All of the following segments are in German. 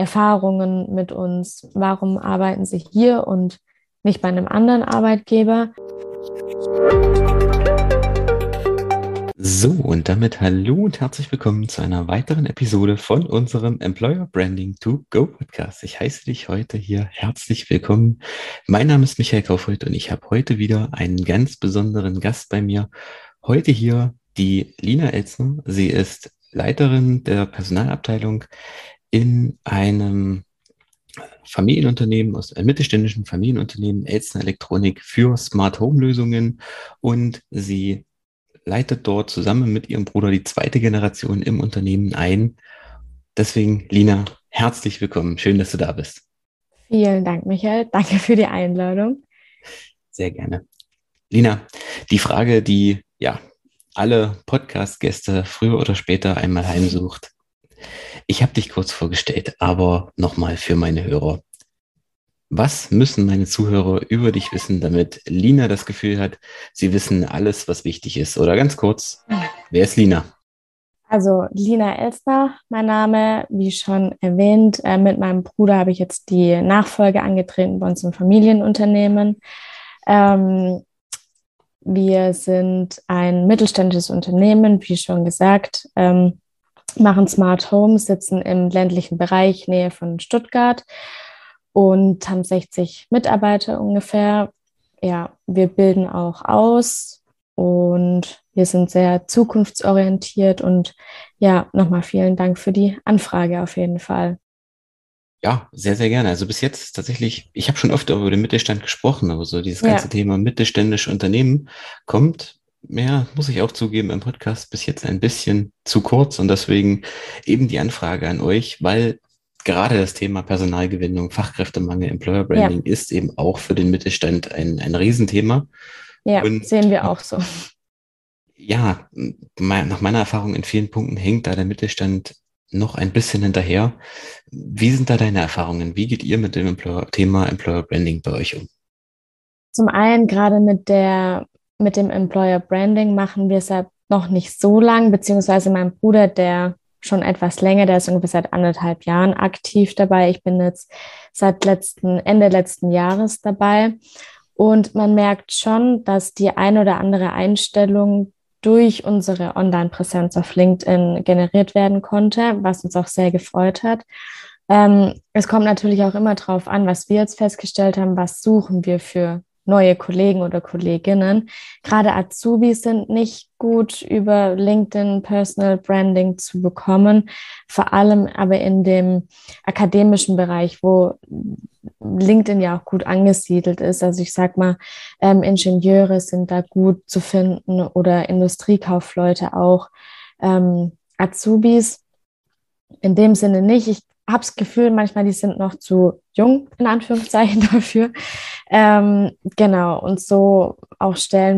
Erfahrungen mit uns? Warum arbeiten Sie hier und nicht bei einem anderen Arbeitgeber? So, und damit hallo und herzlich willkommen zu einer weiteren Episode von unserem Employer Branding to Go Podcast. Ich heiße dich heute hier herzlich willkommen. Mein Name ist Michael Kaufhold und ich habe heute wieder einen ganz besonderen Gast bei mir. Heute hier die Lina Elzner. Sie ist Leiterin der Personalabteilung in einem Familienunternehmen, aus einem mittelständischen Familienunternehmen, Elzner Elektronik für Smart Home Lösungen, und sie leitet dort zusammen mit ihrem Bruder die zweite Generation im Unternehmen ein. Deswegen, Lina, herzlich willkommen. Schön, dass du da bist. Vielen Dank, Michael. Danke für die Einladung. Sehr gerne. Lina, die Frage, die ja alle Podcast-Gäste früher oder später einmal heimsucht. Ich habe dich kurz vorgestellt, aber nochmal für meine Hörer. Was müssen meine Zuhörer über dich wissen, damit Lina das Gefühl hat, sie wissen alles, was wichtig ist? Oder ganz kurz, wer ist Lina? Also Lina Elstner, mein Name, wie schon erwähnt. Mit meinem Bruder habe ich jetzt die Nachfolge angetreten bei uns im Familienunternehmen. Ähm, Wir sind ein mittelständisches Unternehmen, wie schon gesagt, machen Smart Homes, sitzen im ländlichen Bereich, Nähe von Stuttgart, und haben 60 Mitarbeiter ungefähr. Ja, wir bilden auch aus und wir sind sehr zukunftsorientiert, und ja, nochmal vielen Dank für die Anfrage auf jeden Fall. Ja, sehr, sehr gerne. Also bis jetzt tatsächlich, ich habe schon oft über den Mittelstand gesprochen, aber so dieses ganze Ja, Thema mittelständische Unternehmen kommt, ja, muss ich auch zugeben, im Podcast bis jetzt ein bisschen zu kurz, und deswegen eben die Anfrage an euch, weil gerade das Thema Personalgewinnung, Fachkräftemangel, Employer ja, Branding ist eben auch für den Mittelstand ein Riesenthema. ja, Und sehen wir auch so. ja, nach meiner Erfahrung in vielen Punkten hängt da der Mittelstand noch ein bisschen hinterher. Wie sind da deine Erfahrungen? Wie geht ihr mit dem Thema Employer Branding bei euch um? Zum einen gerade mit dem Employer Branding machen wir es ja noch nicht so lang, beziehungsweise mein Bruder, der schon etwas länger, der ist ungefähr seit 1,5 Jahren aktiv dabei. Ich bin jetzt seit Ende letzten Jahres dabei. Und man merkt schon, dass die ein oder andere Einstellung durch unsere Online-Präsenz auf LinkedIn generiert werden konnte, was uns auch sehr gefreut hat. Es kommt natürlich auch immer darauf an, was wir jetzt festgestellt haben, was suchen wir für neue Kollegen oder Kolleginnen. Gerade Azubis sind nicht gut über LinkedIn Personal Branding zu bekommen, vor allem aber in dem akademischen Bereich, wo LinkedIn ja auch gut angesiedelt ist. Also ich sag mal, Ingenieure sind da gut zu finden oder Industriekaufleute auch. Azubis in dem Sinne nicht. Ich habe das Gefühl, manchmal die sind noch zu jung, in Anführungszeichen, dafür. Genau, und so auch Stellen,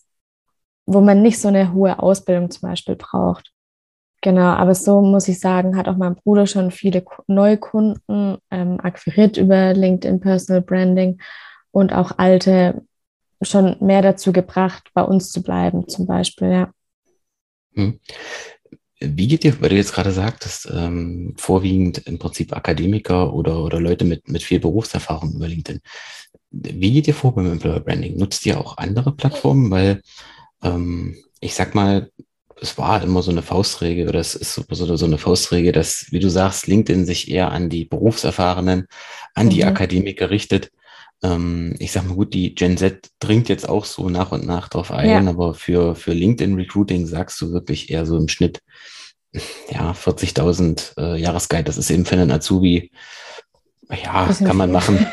wo man nicht so eine hohe Ausbildung zum Beispiel braucht. Genau, aber so muss ich sagen, hat auch mein Bruder schon viele Neukunden akquiriert über LinkedIn Personal Branding und auch alte schon mehr dazu gebracht, bei uns zu bleiben, zum Beispiel, ja. Hm. Wie geht ihr, weil du jetzt gerade sagtest, vorwiegend im Prinzip Akademiker oder Leute mit viel Berufserfahrung über LinkedIn. Wie geht ihr vor beim Employer Branding? Nutzt ihr auch andere Plattformen? Weil ich sag mal, es war immer so eine Faustregel, oder es ist so eine Faustregel, dass, wie du sagst, LinkedIn sich eher an die Berufserfahrenen, an die Mhm. Akademiker richtet. Ich sag mal gut, die Gen Z dringt jetzt auch so nach und nach drauf ein, Ja, aber für LinkedIn Recruiting sagst du wirklich eher so im Schnitt, ja, 40.000 Jahresgehalt. Das ist eben für einen Azubi, ja, bisschen kann man viel. machen.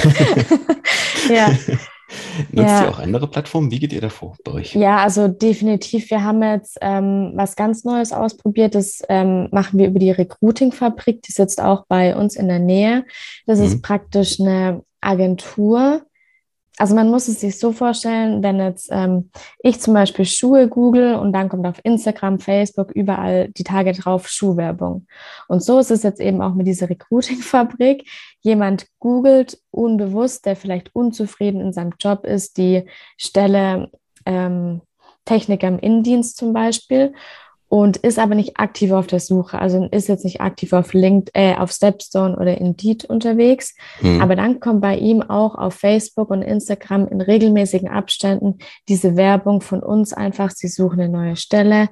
Ja, Nutzt ihr ja. auch andere Plattformen? Wie geht ihr davor bei euch? Ja, also definitiv. Wir haben jetzt was ganz Neues ausprobiert. Das machen wir über die Recruiting-Fabrik. Die sitzt auch bei uns in der Nähe. Das ist Hm? praktisch eine Agentur. Also man muss es sich so vorstellen, wenn jetzt ich zum Beispiel Schuhe google und dann kommt auf Instagram, Facebook, überall die Tage drauf Schuhwerbung. Und so ist es jetzt eben auch mit dieser Recruiting-Fabrik. Jemand googelt unbewusst, der vielleicht unzufrieden in seinem Job ist, die Stelle ähm, Techniker im Innendienst zum Beispiel. und ist aber nicht aktiv auf der Suche. Also ist jetzt nicht aktiv auf auf Stepstone oder Indeed unterwegs. Hm. Aber dann kommt bei ihm auch auf Facebook und Instagram in regelmäßigen Abständen diese Werbung von uns einfach, sie suchen eine neue Stelle,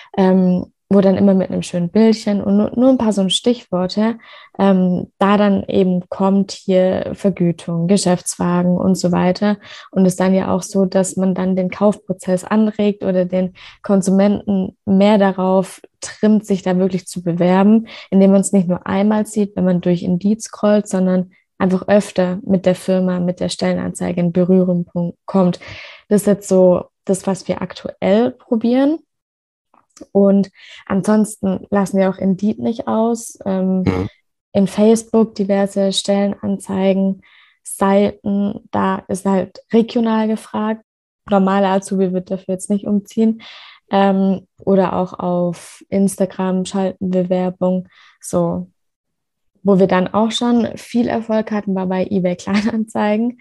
wo dann immer mit einem schönen Bildchen und nur ein paar so Stichworte, da dann eben kommt hier Vergütung, Geschäftswagen und so weiter. Und es ist dann ja auch so, dass man dann den Kaufprozess anregt oder den Konsumenten mehr darauf trimmt, sich da wirklich zu bewerben, indem man es nicht nur einmal sieht, wenn man durch Indeed scrollt, sondern einfach öfter mit der Firma, mit der Stellenanzeige in Berührung kommt. Das ist jetzt so das, was wir aktuell probieren. Und ansonsten lassen wir auch Indeed nicht aus. Hm. In Facebook diverse Stellenanzeigen, Seiten, da ist halt regional gefragt. Normale Azubi wird dafür jetzt nicht umziehen. Oder auch auf Instagram schalten wir Werbung. So, wo wir dann auch schon viel Erfolg hatten, war bei eBay Kleinanzeigen.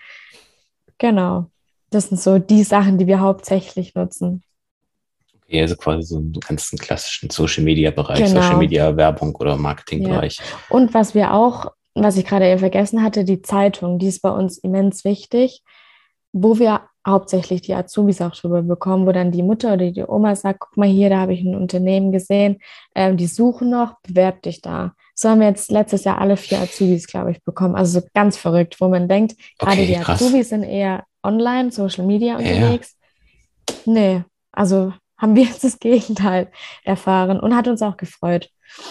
Genau. Das sind so die Sachen, die wir hauptsächlich nutzen. Okay, also quasi so einen ganzen klassischen Social-Media-Bereich, Genau. Social-Media-Werbung oder Ja. Marketing-Bereich. Und was wir auch, was ich gerade eben vergessen hatte, die Zeitung, die ist bei uns immens wichtig, wo wir hauptsächlich die Azubis auch drüber bekommen, wo dann die Mutter oder die Oma sagt, guck mal hier, da habe ich ein Unternehmen gesehen, die suchen noch, bewerb dich da. So haben wir jetzt letztes Jahr alle 4 Azubis, glaube ich, bekommen. Also so ganz verrückt, wo man denkt, gerade Okay, die krass. Azubis sind eher online, Social Media Ja, ja. unterwegs. Nee, also haben wir jetzt das Gegenteil erfahren und hat uns auch gefreut.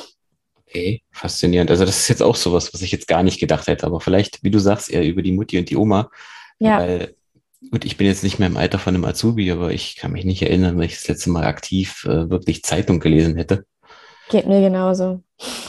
Okay, faszinierend. Also das ist jetzt auch sowas, was ich jetzt gar nicht gedacht hätte, aber vielleicht, wie du sagst, eher über die Mutti und die Oma, Ja, weil, gut, ich bin jetzt nicht mehr im Alter von einem Azubi, aber ich kann mich nicht erinnern, wenn ich das letzte Mal aktiv wirklich Zeitung gelesen hätte. geht mir genauso.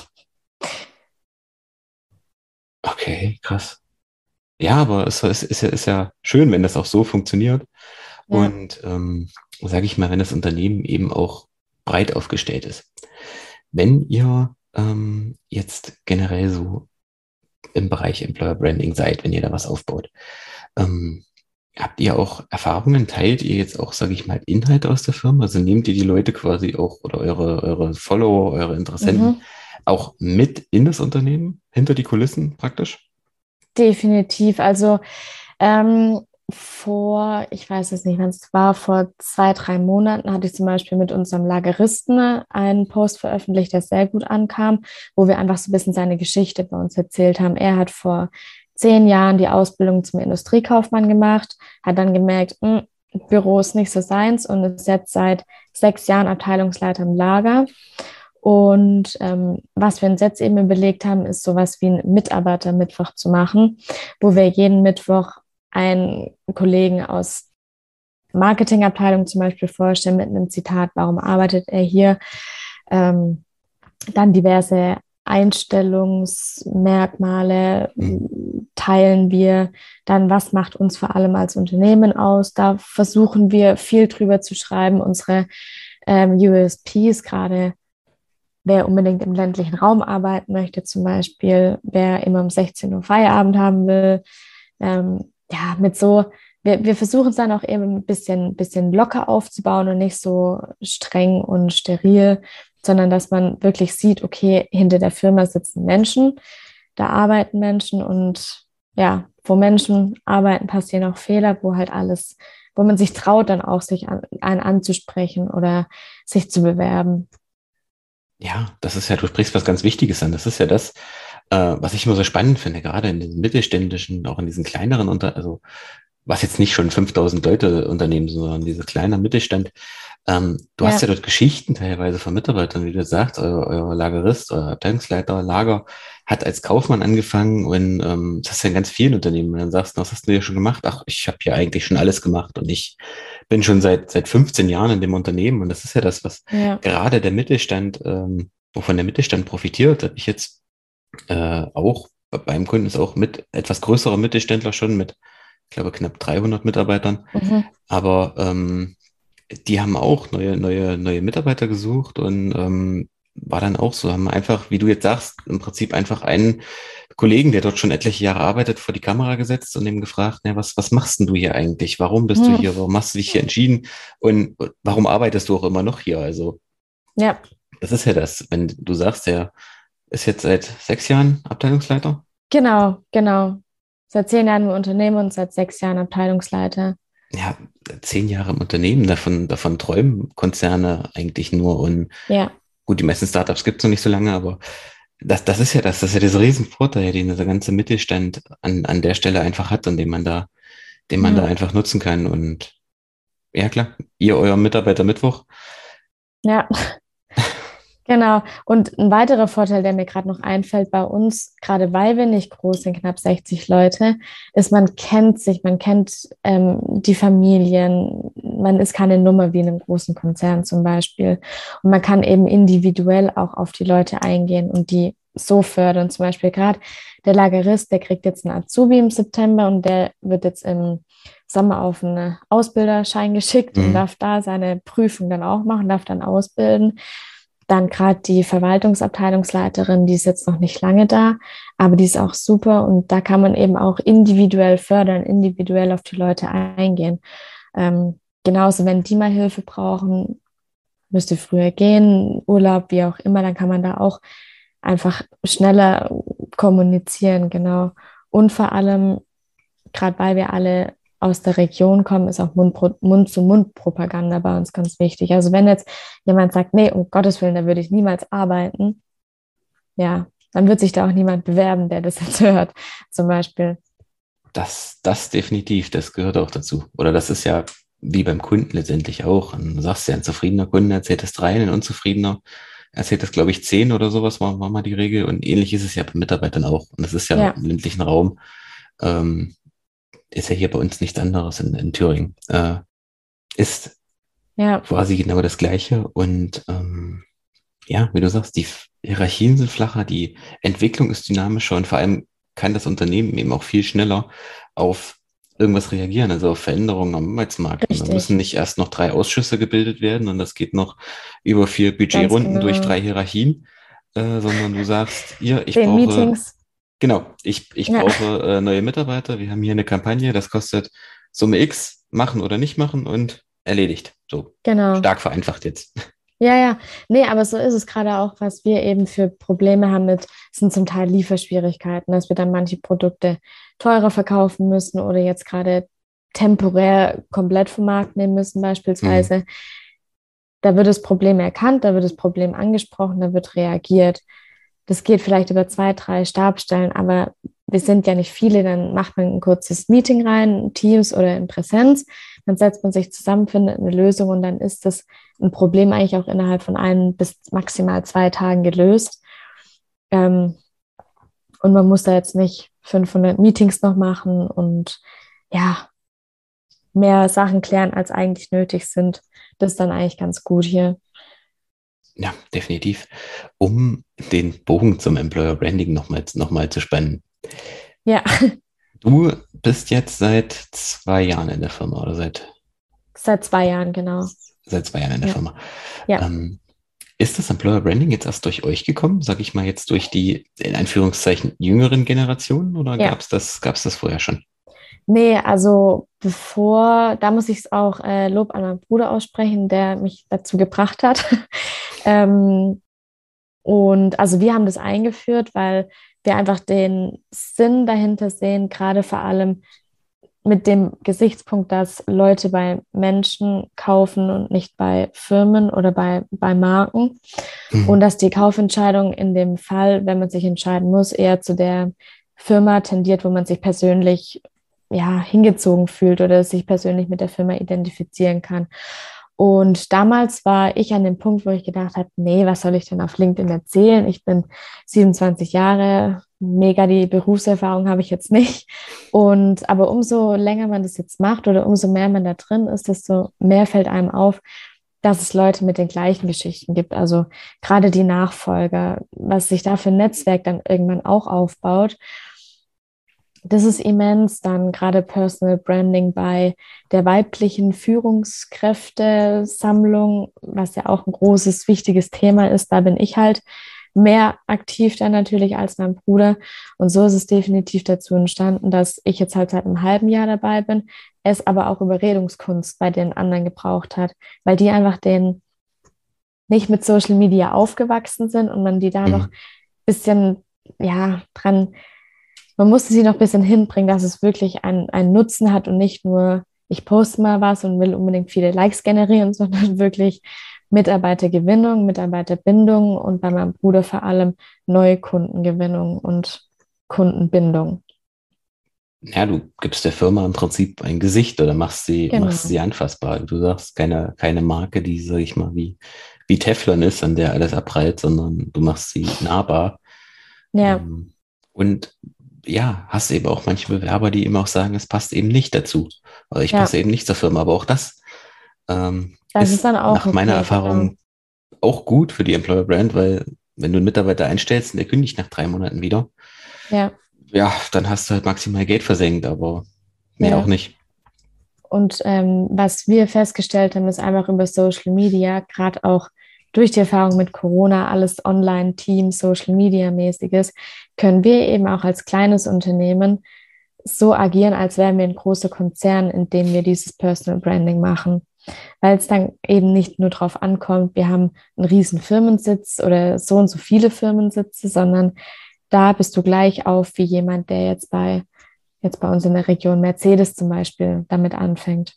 Okay, krass. Ja, aber ist ja schön, wenn das auch so funktioniert. Ja. Und sage ich mal, wenn das Unternehmen eben auch breit aufgestellt ist. Wenn ihr jetzt generell so im Bereich Employer Branding seid, wenn ihr da was aufbaut, ähm, habt ihr auch Erfahrungen? Teilt ihr jetzt auch, sage ich mal, Inhalte aus der Firma? Also nehmt ihr die Leute quasi auch oder eure Follower, eure Interessenten Mhm. auch mit in das Unternehmen, hinter die Kulissen praktisch? Definitiv. Also ähm, ich weiß es nicht, wann es war, vor 2, 3 Monaten hatte ich zum Beispiel mit unserem Lageristen einen Post veröffentlicht, der sehr gut ankam, wo wir einfach so ein bisschen seine Geschichte bei uns erzählt haben. Er hat vor 10 Jahren die Ausbildung zum Industriekaufmann gemacht, hat dann gemerkt, Büro ist nicht so seins und ist jetzt seit 6 Jahren Abteilungsleiter im Lager. Und was wir uns jetzt eben überlegt haben, ist sowas wie einen Mitarbeitermittwoch zu machen, wo wir jeden Mittwoch einen Kollegen aus Marketingabteilung zum Beispiel vorstellen mit einem Zitat, warum arbeitet er hier? Ähm, Dann diverse Einstellungsmerkmale Hm. teilen wir. Dann, was macht uns vor allem als Unternehmen aus? Da versuchen wir viel drüber zu schreiben, unsere USPs, gerade wer unbedingt im ländlichen Raum arbeiten möchte, zum Beispiel, wer immer um 16 Uhr Feierabend haben will. Ja, wir versuchen es dann auch eben ein bisschen locker aufzubauen und nicht so streng und steril, sondern dass man wirklich sieht, okay, hinter der Firma sitzen Menschen, da arbeiten Menschen und ja, wo Menschen arbeiten, passieren auch Fehler, wo halt alles, wo man sich traut, dann auch sich einen anzusprechen oder sich zu bewerben. Ja, das ist ja, du sprichst was ganz Wichtiges an. Das ist ja das, was ich immer so spannend finde, gerade in den mittelständischen, auch in diesen kleineren also was jetzt nicht schon 5000 Leute Unternehmen, sondern dieser kleine Mittelstand. Du hast ja Ja. dort Geschichten teilweise von Mitarbeitern, wie du sagst, euer Lagerist, euer Abteilungsleiter, Lager hat als Kaufmann angefangen und das hast du ja in ganz vielen Unternehmen. Und dann sagst du, was hast du hier schon gemacht? Ach, ich habe hier eigentlich schon alles gemacht und ich bin schon seit 15 Jahren in dem Unternehmen und das ist ja das, was Ja, gerade der Mittelstand, wovon der Mittelstand profitiert. Habe ich jetzt auch beim Kunden ist auch mit etwas größerer Mittelständler schon mit, ich glaube, knapp 300 Mitarbeitern. mhm. Aber die haben auch neue Mitarbeiter gesucht und war dann auch so, haben einfach, wie du jetzt sagst, im Prinzip einfach einen Kollegen, der dort schon etliche Jahre arbeitet, vor die Kamera gesetzt und ihm gefragt, ne, was machst denn du hier eigentlich? Warum bist du Mhm. hier? Warum hast du dich hier entschieden? Und warum arbeitest du auch immer noch hier? Also Ja, Das ist ja das, wenn du sagst, der ist jetzt seit 6 Jahren Abteilungsleiter. genau. Seit 10 Jahren im Unternehmen und seit 6 Jahren Abteilungsleiter. Ja, 10 Jahre im Unternehmen, davon träumen Konzerne eigentlich nur. Und Ja. gut, die meisten Startups gibt es noch nicht so lange, aber das ist ja das ist ja dieser Riesenvorteil, den dieser ganze Mittelstand an der Stelle einfach hat und den man da Ja. einfach nutzen kann. Und ja, klar, ihr, euer Mitarbeiter Mittwoch. Ja, genau. Und ein weiterer Vorteil, der mir gerade noch einfällt bei uns, gerade weil wir nicht groß sind, knapp 60 Leute, ist, man kennt sich, man kennt die Familien, man ist keine Nummer wie in einem großen Konzern zum Beispiel. Und man kann eben individuell auch auf die Leute eingehen und die so fördern. Zum Beispiel gerade der Lagerist, der kriegt jetzt einen Azubi im September und der wird jetzt im Sommer auf einen Ausbilderschein geschickt und Mhm. darf da seine Prüfung dann auch machen, darf dann ausbilden. Dann gerade die Verwaltungsabteilungsleiterin, die ist jetzt noch nicht lange da, aber die ist auch super und da kann man eben auch individuell fördern, individuell auf die Leute eingehen. Genauso, wenn die mal Hilfe brauchen, müsste früher gehen, Urlaub, wie auch immer, dann kann man da auch einfach schneller kommunizieren, genau. Und vor allem, gerade weil wir alle aus der Region kommen, ist auch Mund-zu-Mund-Propaganda bei uns ganz wichtig. Also wenn jetzt jemand sagt, nee, um Gottes Willen, da würde ich niemals arbeiten, ja, dann wird sich da auch niemand bewerben, der das jetzt hört, zum Beispiel. Das definitiv, das gehört auch dazu. Oder das ist ja wie beim Kunden letztendlich auch. Du sagst ja, ein zufriedener Kunde erzählt das 3, ein unzufriedener erzählt das, glaube ich, 10 oder sowas, war mal die Regel. Und ähnlich ist es ja bei Mitarbeitern auch. Und das ist ja Ja, im ländlichen Raum, ähm, ist ja hier bei uns nichts anderes in Thüringen. Ist ja, quasi genau das Gleiche. Und ja, wie du sagst, die Hierarchien sind flacher, die Entwicklung ist dynamischer und vor allem kann das Unternehmen eben auch viel schneller auf irgendwas reagieren, also auf Veränderungen am Arbeitsmarkt. Und dann müssen richtig, nicht erst noch 3 Ausschüsse gebildet werden und das geht noch über 4 ganz Budgetrunden durch genau. 3 Hierarchien, sondern du sagst, ihr, ich 10 brauche, Meetings, genau, ich ja, brauche neue Mitarbeiter, wir haben hier eine Kampagne, das kostet Summe X, machen oder nicht machen und erledigt. So genau. stark vereinfacht jetzt. Ja, ja, nee, aber so ist es gerade auch, was wir eben für Probleme haben mit, sind zum Teil Lieferschwierigkeiten, dass wir dann manche Produkte teurer verkaufen müssen oder jetzt gerade temporär komplett vom Markt nehmen müssen, Mhm. beispielsweise. Da wird das Problem erkannt, da wird das Problem angesprochen, da wird reagiert. Das geht vielleicht über 2, 3 Stabstellen, aber wir sind ja nicht viele, dann macht man ein kurzes Meeting rein, Teams oder in Präsenz, dann setzt man sich zusammen, findet eine Lösung und dann ist das ein Problem eigentlich auch innerhalb von 1 bis maximal 2 Tagen gelöst. Ähm, und man muss da jetzt nicht 500 Meetings noch machen und ja, mehr Sachen klären, als eigentlich nötig sind. Das ist dann eigentlich ganz gut hier. Ja, definitiv. Um den Bogen zum Employer Branding noch mal zu spannen. Ja, Du bist jetzt seit 2 Jahren in der Firma oder seit 2 Jahren, genau. seit 2 Jahren in der Ja, Firma. ja. Ähm, ist das Employer Branding jetzt erst durch euch gekommen, sag ich mal jetzt durch die in Anführungszeichen jüngeren Generationen oder Ja, gab's das vorher schon? nee, also da muss ich auch Lob an meinen Bruder aussprechen, der mich dazu gebracht hat. ähm, und also wir haben das eingeführt, weil wir einfach den Sinn dahinter sehen, gerade vor allem mit dem Gesichtspunkt, dass Leute bei Menschen kaufen und nicht bei Firmen oder bei Marken. Und Mhm. dass die Kaufentscheidung in dem Fall, wenn man sich entscheiden muss, eher zu der Firma tendiert, wo man sich persönlich ja, hingezogen fühlt oder sich persönlich mit der Firma identifizieren kann. Und damals war ich an dem Punkt, wo ich gedacht habe, nee, was soll ich denn auf LinkedIn erzählen? Ich bin 27 Jahre, mega die Berufserfahrung habe ich jetzt nicht. Und aber umso länger man das jetzt macht oder umso mehr man da drin ist, desto mehr fällt einem auf, dass es Leute mit den gleichen Geschichten gibt. Also gerade die Nachfolger, was sich da für ein Netzwerk dann irgendwann auch aufbaut. Das ist immens. Dann gerade Personal Branding bei der weiblichen Führungskräftesammlung, was ja auch ein großes, wichtiges Thema ist. Da bin ich halt mehr aktiv dann natürlich als mein Bruder. Und so ist es definitiv dazu entstanden, dass ich jetzt halt seit einem halben Jahr dabei bin, es aber auch Überredungskunst bei den anderen gebraucht hat, weil die einfach den nicht mit Social Media aufgewachsen sind und man die da noch ein bisschen, ja, man musste sie noch ein bisschen hinbringen, dass es wirklich einen Nutzen hat und nicht nur, ich poste mal was und will unbedingt viele Likes generieren, sondern wirklich Mitarbeitergewinnung, Mitarbeiterbindung und bei meinem Bruder vor allem neue Kundengewinnung und Kundenbindung. Ja, du gibst der Firma im Prinzip ein Gesicht oder machst Genau. sie anfassbar. Du sagst keine Marke, die, sag ich mal, wie Teflon ist, an der alles abprallt, sondern du machst sie nahbar. Ja, Ähm, und ja, hast eben auch manche Bewerber, die eben auch sagen, es passt eben nicht dazu. Oder ich ja, passe eben nicht zur Firma. Aber auch das das ist ist dann auch nach meiner okay, genau. Erfahrung auch gut für die Employer Brand, weil wenn du einen Mitarbeiter einstellst und der kündigt nach 3 Monaten wieder, Ja, ja, dann hast du halt maximal Geld versenkt, aber mehr auch ja. nicht. Und was wir festgestellt haben, ist einfach über Social Media, gerade auch durch die Erfahrung mit Corona, alles Online-Team, Social Media-mäßiges, können wir eben auch als kleines Unternehmen so agieren, als wären wir ein großer Konzern, in dem wir dieses Personal Branding machen. Weil es dann eben nicht nur darauf ankommt, wir haben einen riesen Firmensitz oder so und so viele Firmensitze, sondern da bist du gleich auf wie jemand, der jetzt bei uns in der Region Mercedes zum Beispiel damit anfängt.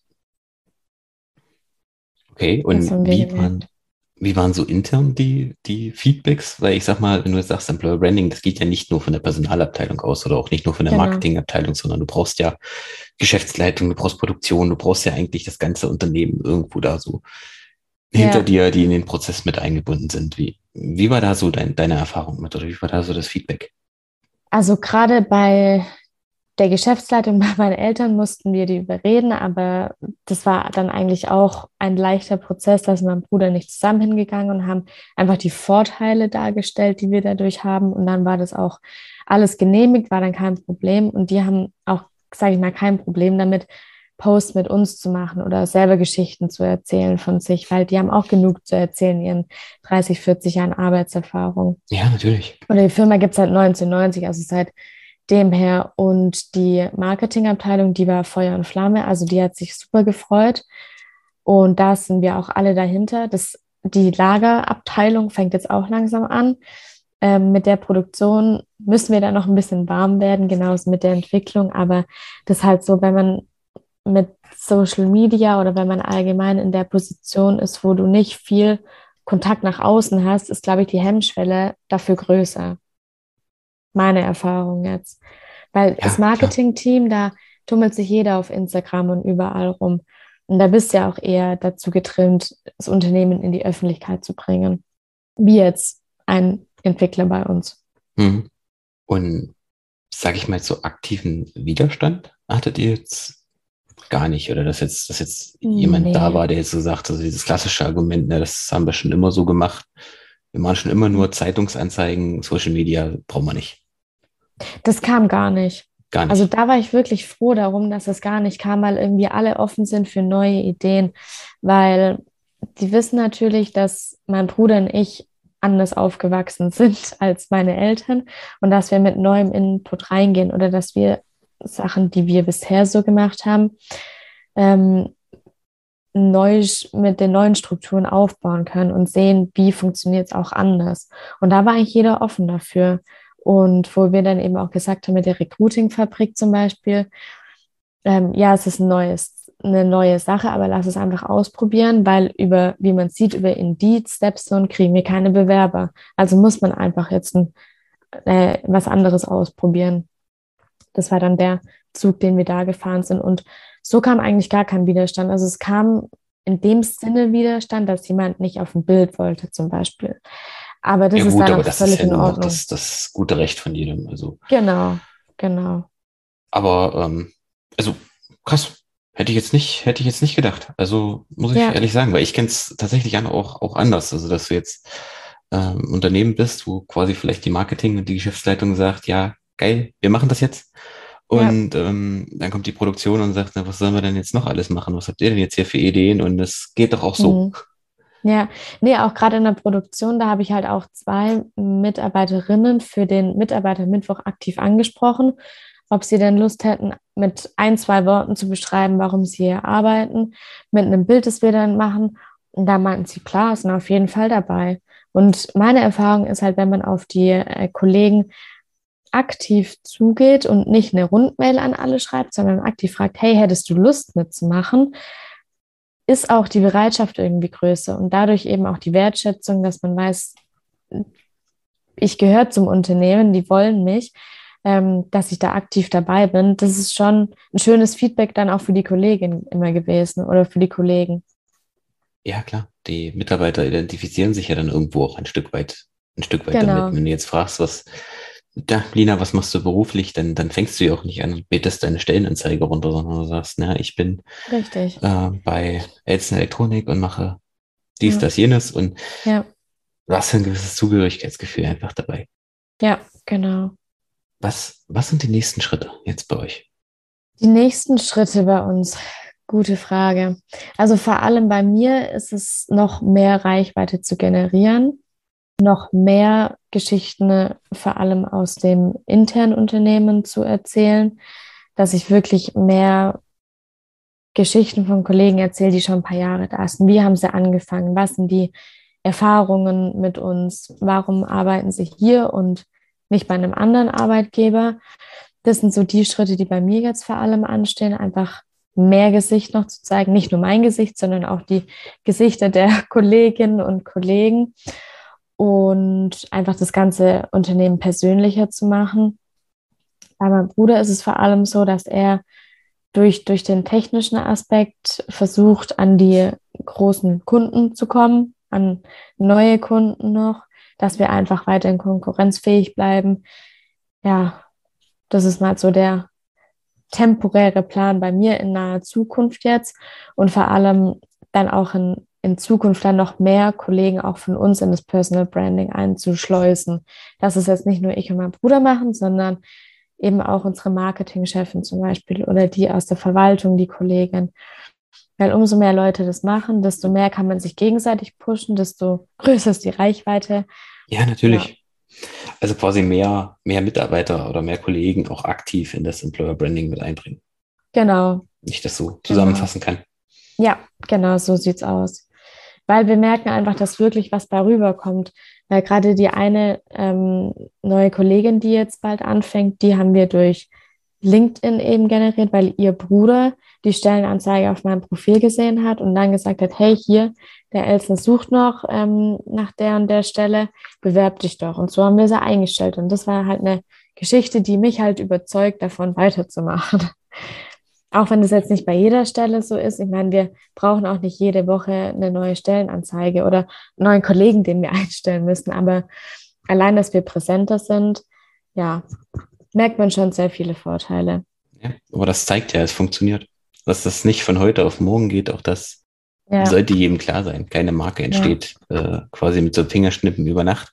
Okay, Das und haben wir gemerkt. wie waren so intern die Feedbacks? Weil ich sag mal, wenn du jetzt sagst, Employer Branding, das geht ja nicht nur von der Personalabteilung aus oder auch nicht nur von der Genau. Marketingabteilung, sondern du brauchst ja Geschäftsleitung, du brauchst Produktion, du brauchst ja eigentlich das ganze Unternehmen irgendwo da so hinter Ja, dir, die in den Prozess mit eingebunden sind. Wie war da so deine Erfahrung mit oder wie war da so das Feedback? also gerade bei der Geschäftsleitung bei meinen Eltern mussten wir die überreden, aber das war dann eigentlich auch ein leichter Prozess, dass mein Bruder nicht zusammen hingegangen und haben einfach die Vorteile dargestellt, die wir dadurch haben. Und dann war das auch alles genehmigt, war dann kein Problem. Und die haben auch, sage ich mal, kein Problem damit, Posts mit uns zu machen oder selber Geschichten zu erzählen von sich, weil die haben auch genug zu erzählen in ihren 30, 40 Jahren Arbeitserfahrung. Ja, natürlich. Oder die Firma gibt es seit 1990, also seit dem her. Und die Marketingabteilung, die war Feuer und Flamme, also die hat sich super gefreut. Und da sind wir auch alle dahinter. Die Lagerabteilung fängt jetzt auch langsam an. Mit der Produktion müssen wir da noch ein bisschen warm werden, genauso mit der Entwicklung. Aber das ist halt so, wenn man mit Social Media oder wenn man allgemein in der Position ist, wo du nicht viel Kontakt nach außen hast, ist, glaube ich, die Hemmschwelle dafür größer. Meine Erfahrung jetzt. Weil das Ja, klar. Marketing-Team, da tummelt sich jeder auf Instagram und überall rum. Und da bist du ja auch eher dazu getrimmt, das Unternehmen in die Öffentlichkeit zu bringen. Wie jetzt ein Entwickler bei uns. Mhm. Und sage ich mal, so aktiven Widerstand hattet ihr jetzt gar nicht? Oder dass jetzt jemand da Nee. war, der jetzt so sagt, also dieses klassische Argument, ne, das haben wir schon immer so gemacht. Wir machen schon immer nur Zeitungsanzeigen, Social Media brauchen wir nicht. Das kam gar nicht. Gar Also nicht. da war ich wirklich froh darum, dass es gar nicht kam, weil irgendwie alle offen sind für neue Ideen, weil die wissen natürlich, dass mein Bruder und ich anders aufgewachsen sind als meine Eltern und dass wir mit neuem Input reingehen oder dass wir Sachen, die wir bisher so gemacht haben, ähm, neu mit den neuen Strukturen aufbauen können und sehen, wie funktioniert es auch anders. Und da war eigentlich jeder offen dafür. Und wo wir dann eben auch gesagt haben, mit der Recruiting-Fabrik zum Beispiel, ja, es ist eine neue Sache, aber lass es einfach ausprobieren, weil wie man sieht, über Indeed, Stepstone kriegen wir keine Bewerber. Also muss man einfach jetzt was anderes ausprobieren. Das war dann der Zug, den wir da gefahren sind. Und so kam eigentlich gar kein Widerstand. Also es kam in dem Sinne Widerstand, dass jemand nicht auf ein Bild wollte, zum Beispiel. Aber das Ja ist gut, dann aber auch das ist völlig ja in nun auch Ordnung. das gute Recht von jedem. Also, Genau, genau. aber also krass. Hätte ich jetzt nicht gedacht. Also muss ich Ja, ehrlich sagen, weil ich kenne es tatsächlich auch anders. Also, dass du jetzt Unternehmen bist, wo quasi vielleicht die Marketing und die Geschäftsleitung sagt, ja, geil, wir machen das jetzt. ja. Und dann kommt die Produktion und sagt, na, was sollen wir denn jetzt noch alles machen? Was habt ihr denn jetzt hier für Ideen? Und es geht doch auch so. Mhm. Ja, nee, auch gerade in der Produktion, da habe ich halt auch zwei Mitarbeiterinnen für den Mitarbeitermittwoch aktiv angesprochen, ob sie denn Lust hätten, mit ein, zwei Worten zu beschreiben, warum sie hier arbeiten, mit einem Bild, das wir dann machen. Und da meinten sie, klar, sind auf jeden Fall dabei. Und meine Erfahrung ist halt, wenn man auf die Kollegen aktiv zugeht und nicht eine Rundmail an alle schreibt, sondern aktiv fragt, hey, hättest du Lust mitzumachen, ist auch die Bereitschaft irgendwie größer und dadurch eben auch die Wertschätzung, dass man weiß, ich gehöre zum Unternehmen, die wollen mich, dass ich da aktiv dabei bin. Das ist schon ein schönes Feedback dann auch für die Kollegin immer gewesen oder für die Kollegen. Ja, klar. Die Mitarbeiter identifizieren sich ja dann irgendwo auch ein Stück weit damit. Genau, Wenn du jetzt fragst, Lina, was machst du beruflich, dann fängst du ja auch nicht an und betest deine Stellenanzeige runter, sondern du sagst, na, ich bin richtig. bei Elsen Elektronik und mache dies, Ja, das, jenes und ja, du hast ein gewisses Zugehörigkeitsgefühl einfach dabei. ja, genau. Was sind die nächsten Schritte jetzt bei euch? Die nächsten Schritte bei uns. Gute Frage. Also vor allem bei mir ist es noch mehr Reichweite zu generieren, noch mehr Geschichten vor allem aus dem internen Unternehmen zu erzählen, dass ich wirklich mehr Geschichten von Kollegen erzähle, die schon ein paar Jahre da sind. Wie haben sie angefangen? Was sind die Erfahrungen mit uns? Warum arbeiten sie hier und nicht bei einem anderen Arbeitgeber? Das sind so die Schritte, die bei mir jetzt vor allem anstehen, einfach mehr Gesicht noch zu zeigen, nicht nur mein Gesicht, sondern auch die Gesichter der Kolleginnen und Kollegen und einfach das ganze Unternehmen persönlicher zu machen. Bei meinem Bruder ist es vor allem so, dass er durch den technischen Aspekt versucht, an die großen Kunden zu kommen, an neue Kunden noch, dass wir einfach weiterhin konkurrenzfähig bleiben. Ja, das ist mal so der temporäre Plan bei mir in naher Zukunft jetzt und vor allem dann auch in Zukunft dann noch mehr Kollegen auch von uns in das Personal Branding einzuschleusen. Dass es jetzt nicht nur ich und mein Bruder machen, sondern eben auch unsere Marketingchefin zum Beispiel oder die aus der Verwaltung, die Kollegin. Weil umso mehr Leute das machen, desto mehr kann man sich gegenseitig pushen, desto größer ist die Reichweite. Ja, Ja, natürlich. Also quasi mehr Mitarbeiter oder mehr Kollegen auch aktiv in das Employer Branding mit einbringen. genau, Nicht das so genau. zusammenfassen kann. Ja, genau, so sieht's aus. Weil wir merken einfach, dass wirklich was bei rüberkommt. Weil gerade die eine neue Kollegin, die jetzt bald anfängt, die haben wir durch LinkedIn eben generiert, weil ihr Bruder die Stellenanzeige auf meinem Profil gesehen hat und dann gesagt hat, hey, hier, der Elsen sucht noch nach der und der Stelle, bewerb dich doch. Und so haben wir sie eingestellt. Und das war halt eine Geschichte, die mich halt überzeugt, davon weiterzumachen. Auch wenn das jetzt nicht bei jeder Stelle so ist. Ich meine, wir brauchen auch nicht jede Woche eine neue Stellenanzeige oder einen neuen Kollegen, den wir einstellen müssen. Aber allein, dass wir präsenter sind, ja, merkt man schon sehr viele Vorteile. Ja, aber das zeigt ja, es funktioniert. Dass das nicht von heute auf morgen geht, auch das Ja, sollte jedem klar sein. Keine Marke ja. entsteht quasi mit so Fingerschnippen über Nacht.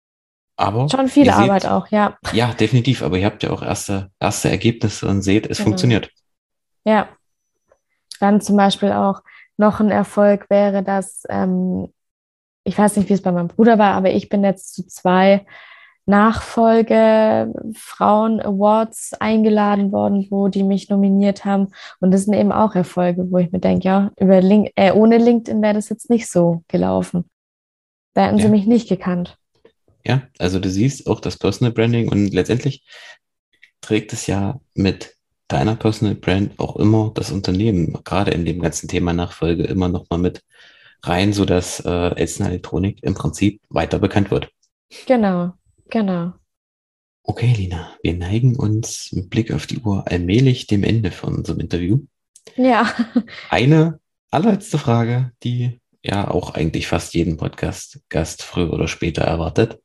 Aber Schon viel ihr Arbeit seht, auch, ja, ja, definitiv, aber ihr habt ja auch erste Ergebnisse und seht, es genau. funktioniert. Ja, dann zum Beispiel auch noch ein Erfolg wäre, dass, ich weiß nicht, wie es bei meinem Bruder war, aber ich bin jetzt zu zwei Nachfolge Frauen Awards eingeladen worden, wo die mich nominiert haben. Und das sind eben auch Erfolge, wo ich mir denke, ja, ohne LinkedIn wäre das jetzt nicht so gelaufen. Da hätten sie Ja, mich nicht gekannt. ja, also du siehst auch das Personal Branding und letztendlich trägt es ja mit deiner Personal Brand auch immer das Unternehmen, gerade in dem ganzen Thema Nachfolge, immer noch mal mit rein, sodass Elsen Elektronik im Prinzip weiter bekannt wird. Genau, genau. Okay, Lina, wir neigen uns mit Blick auf die Uhr allmählich dem Ende von unserem Interview. Ja, Eine allerletzte Frage, die ja auch eigentlich fast jeden Podcast-Gast früher oder später erwartet.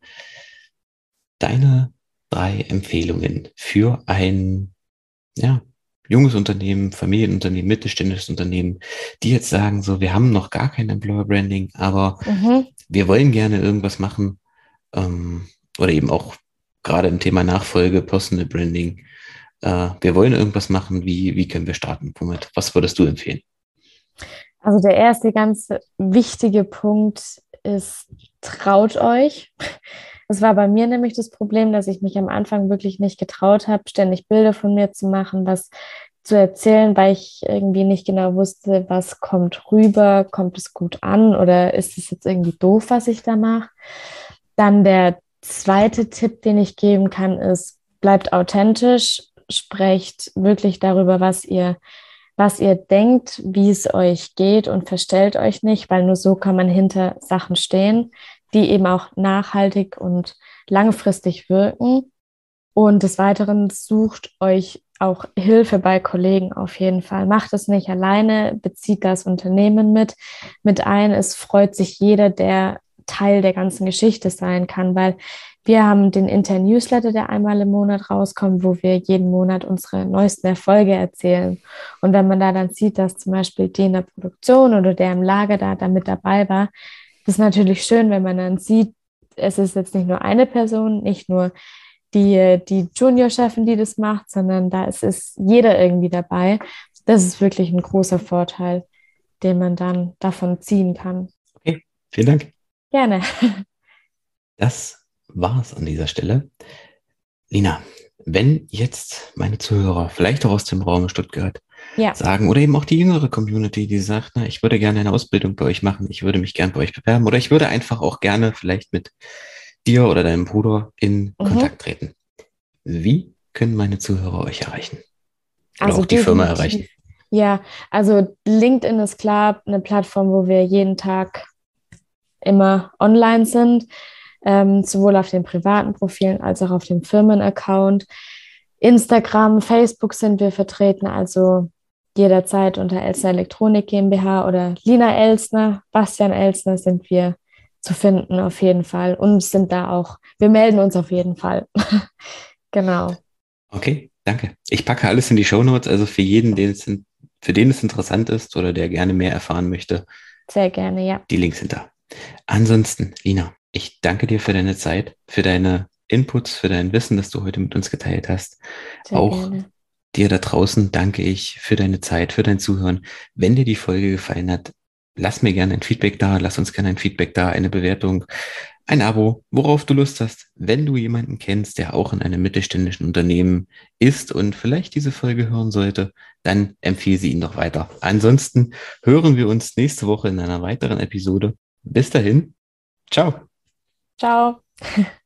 Deine drei Empfehlungen für ein ja, junges Unternehmen, Familienunternehmen, mittelständisches Unternehmen, die jetzt sagen, so, wir haben noch gar kein Employer Branding, aber mhm. wir wollen gerne irgendwas machen, ähm, oder eben auch gerade im Thema Nachfolge, Personal Branding, wir wollen irgendwas machen, wie können wir starten? Womit? Was würdest du empfehlen? Also der erste ganz wichtige Punkt ist, traut euch. Das war bei mir nämlich das Problem, dass ich mich am Anfang wirklich nicht getraut habe, ständig Bilder von mir zu machen, was zu erzählen, weil ich irgendwie nicht genau wusste, was kommt rüber, kommt es gut an oder ist es jetzt irgendwie doof, was ich da mache. Dann der zweite Tipp, den ich geben kann, ist, bleibt authentisch, sprecht wirklich darüber, was ihr denkt, wie es euch geht und verstellt euch nicht, weil nur so kann man hinter Sachen stehen, die eben auch nachhaltig und langfristig wirken. Und des Weiteren sucht euch auch Hilfe bei Kollegen auf jeden Fall. Macht es nicht alleine, bezieht das Unternehmen mit ein. Es freut sich jeder, der Teil der ganzen Geschichte sein kann, weil wir haben den internen Newsletter, der einmal im Monat rauskommt, wo wir jeden Monat unsere neuesten Erfolge erzählen. Und wenn man da dann sieht, dass zum Beispiel die in der Produktion oder der im Lager da mit dabei war, das ist natürlich schön, wenn man dann sieht, es ist jetzt nicht nur eine Person, nicht nur die Junior-Chefin, die das macht, sondern da ist jeder irgendwie dabei. Das ist wirklich ein großer Vorteil, den man dann davon ziehen kann. Okay, vielen Dank. Gerne. Das war's an dieser Stelle. Lina, wenn jetzt meine Zuhörer, vielleicht auch aus dem Raum Stuttgart, Ja. sagen, oder eben auch die jüngere Community, die sagt, na, ich würde gerne eine Ausbildung bei euch machen, ich würde mich gerne bei euch bewerben oder ich würde einfach auch gerne vielleicht mit dir oder deinem Bruder in Mhm. Kontakt treten. Wie können meine Zuhörer euch erreichen? Oder Also auch die Firma erreichen? definitiv. Ja, also LinkedIn ist klar eine Plattform, wo wir jeden Tag immer online sind, sowohl auf den privaten Profilen als auch auf dem Firmenaccount. Instagram, Facebook sind wir vertreten, also jederzeit unter Elsner Elektronik GmbH oder Lina Elsner, Bastian Elsner sind wir zu finden auf jeden Fall und sind da auch, wir melden uns auf jeden Fall. Genau, Okay, danke. Ich packe alles in die Shownotes, also für jeden, für den es interessant ist oder der gerne mehr erfahren möchte, sehr gerne, ja, die Links sind da. Ansonsten, Lina, ich danke dir für deine Zeit, für deine Inputs, für dein Wissen, das du heute mit uns geteilt hast. sehr Auch gerne. dir da draußen danke ich für deine Zeit, für dein Zuhören. Wenn dir die Folge gefallen hat, lass mir gerne ein Feedback da, lass uns gerne ein Feedback da, eine Bewertung, ein Abo, worauf du Lust hast. Wenn du jemanden kennst, der auch in einem mittelständischen Unternehmen ist und vielleicht diese Folge hören sollte, dann empfehle sie ihn doch weiter. Ansonsten hören wir uns nächste Woche in einer weiteren Episode. Bis dahin, ciao. Ciao.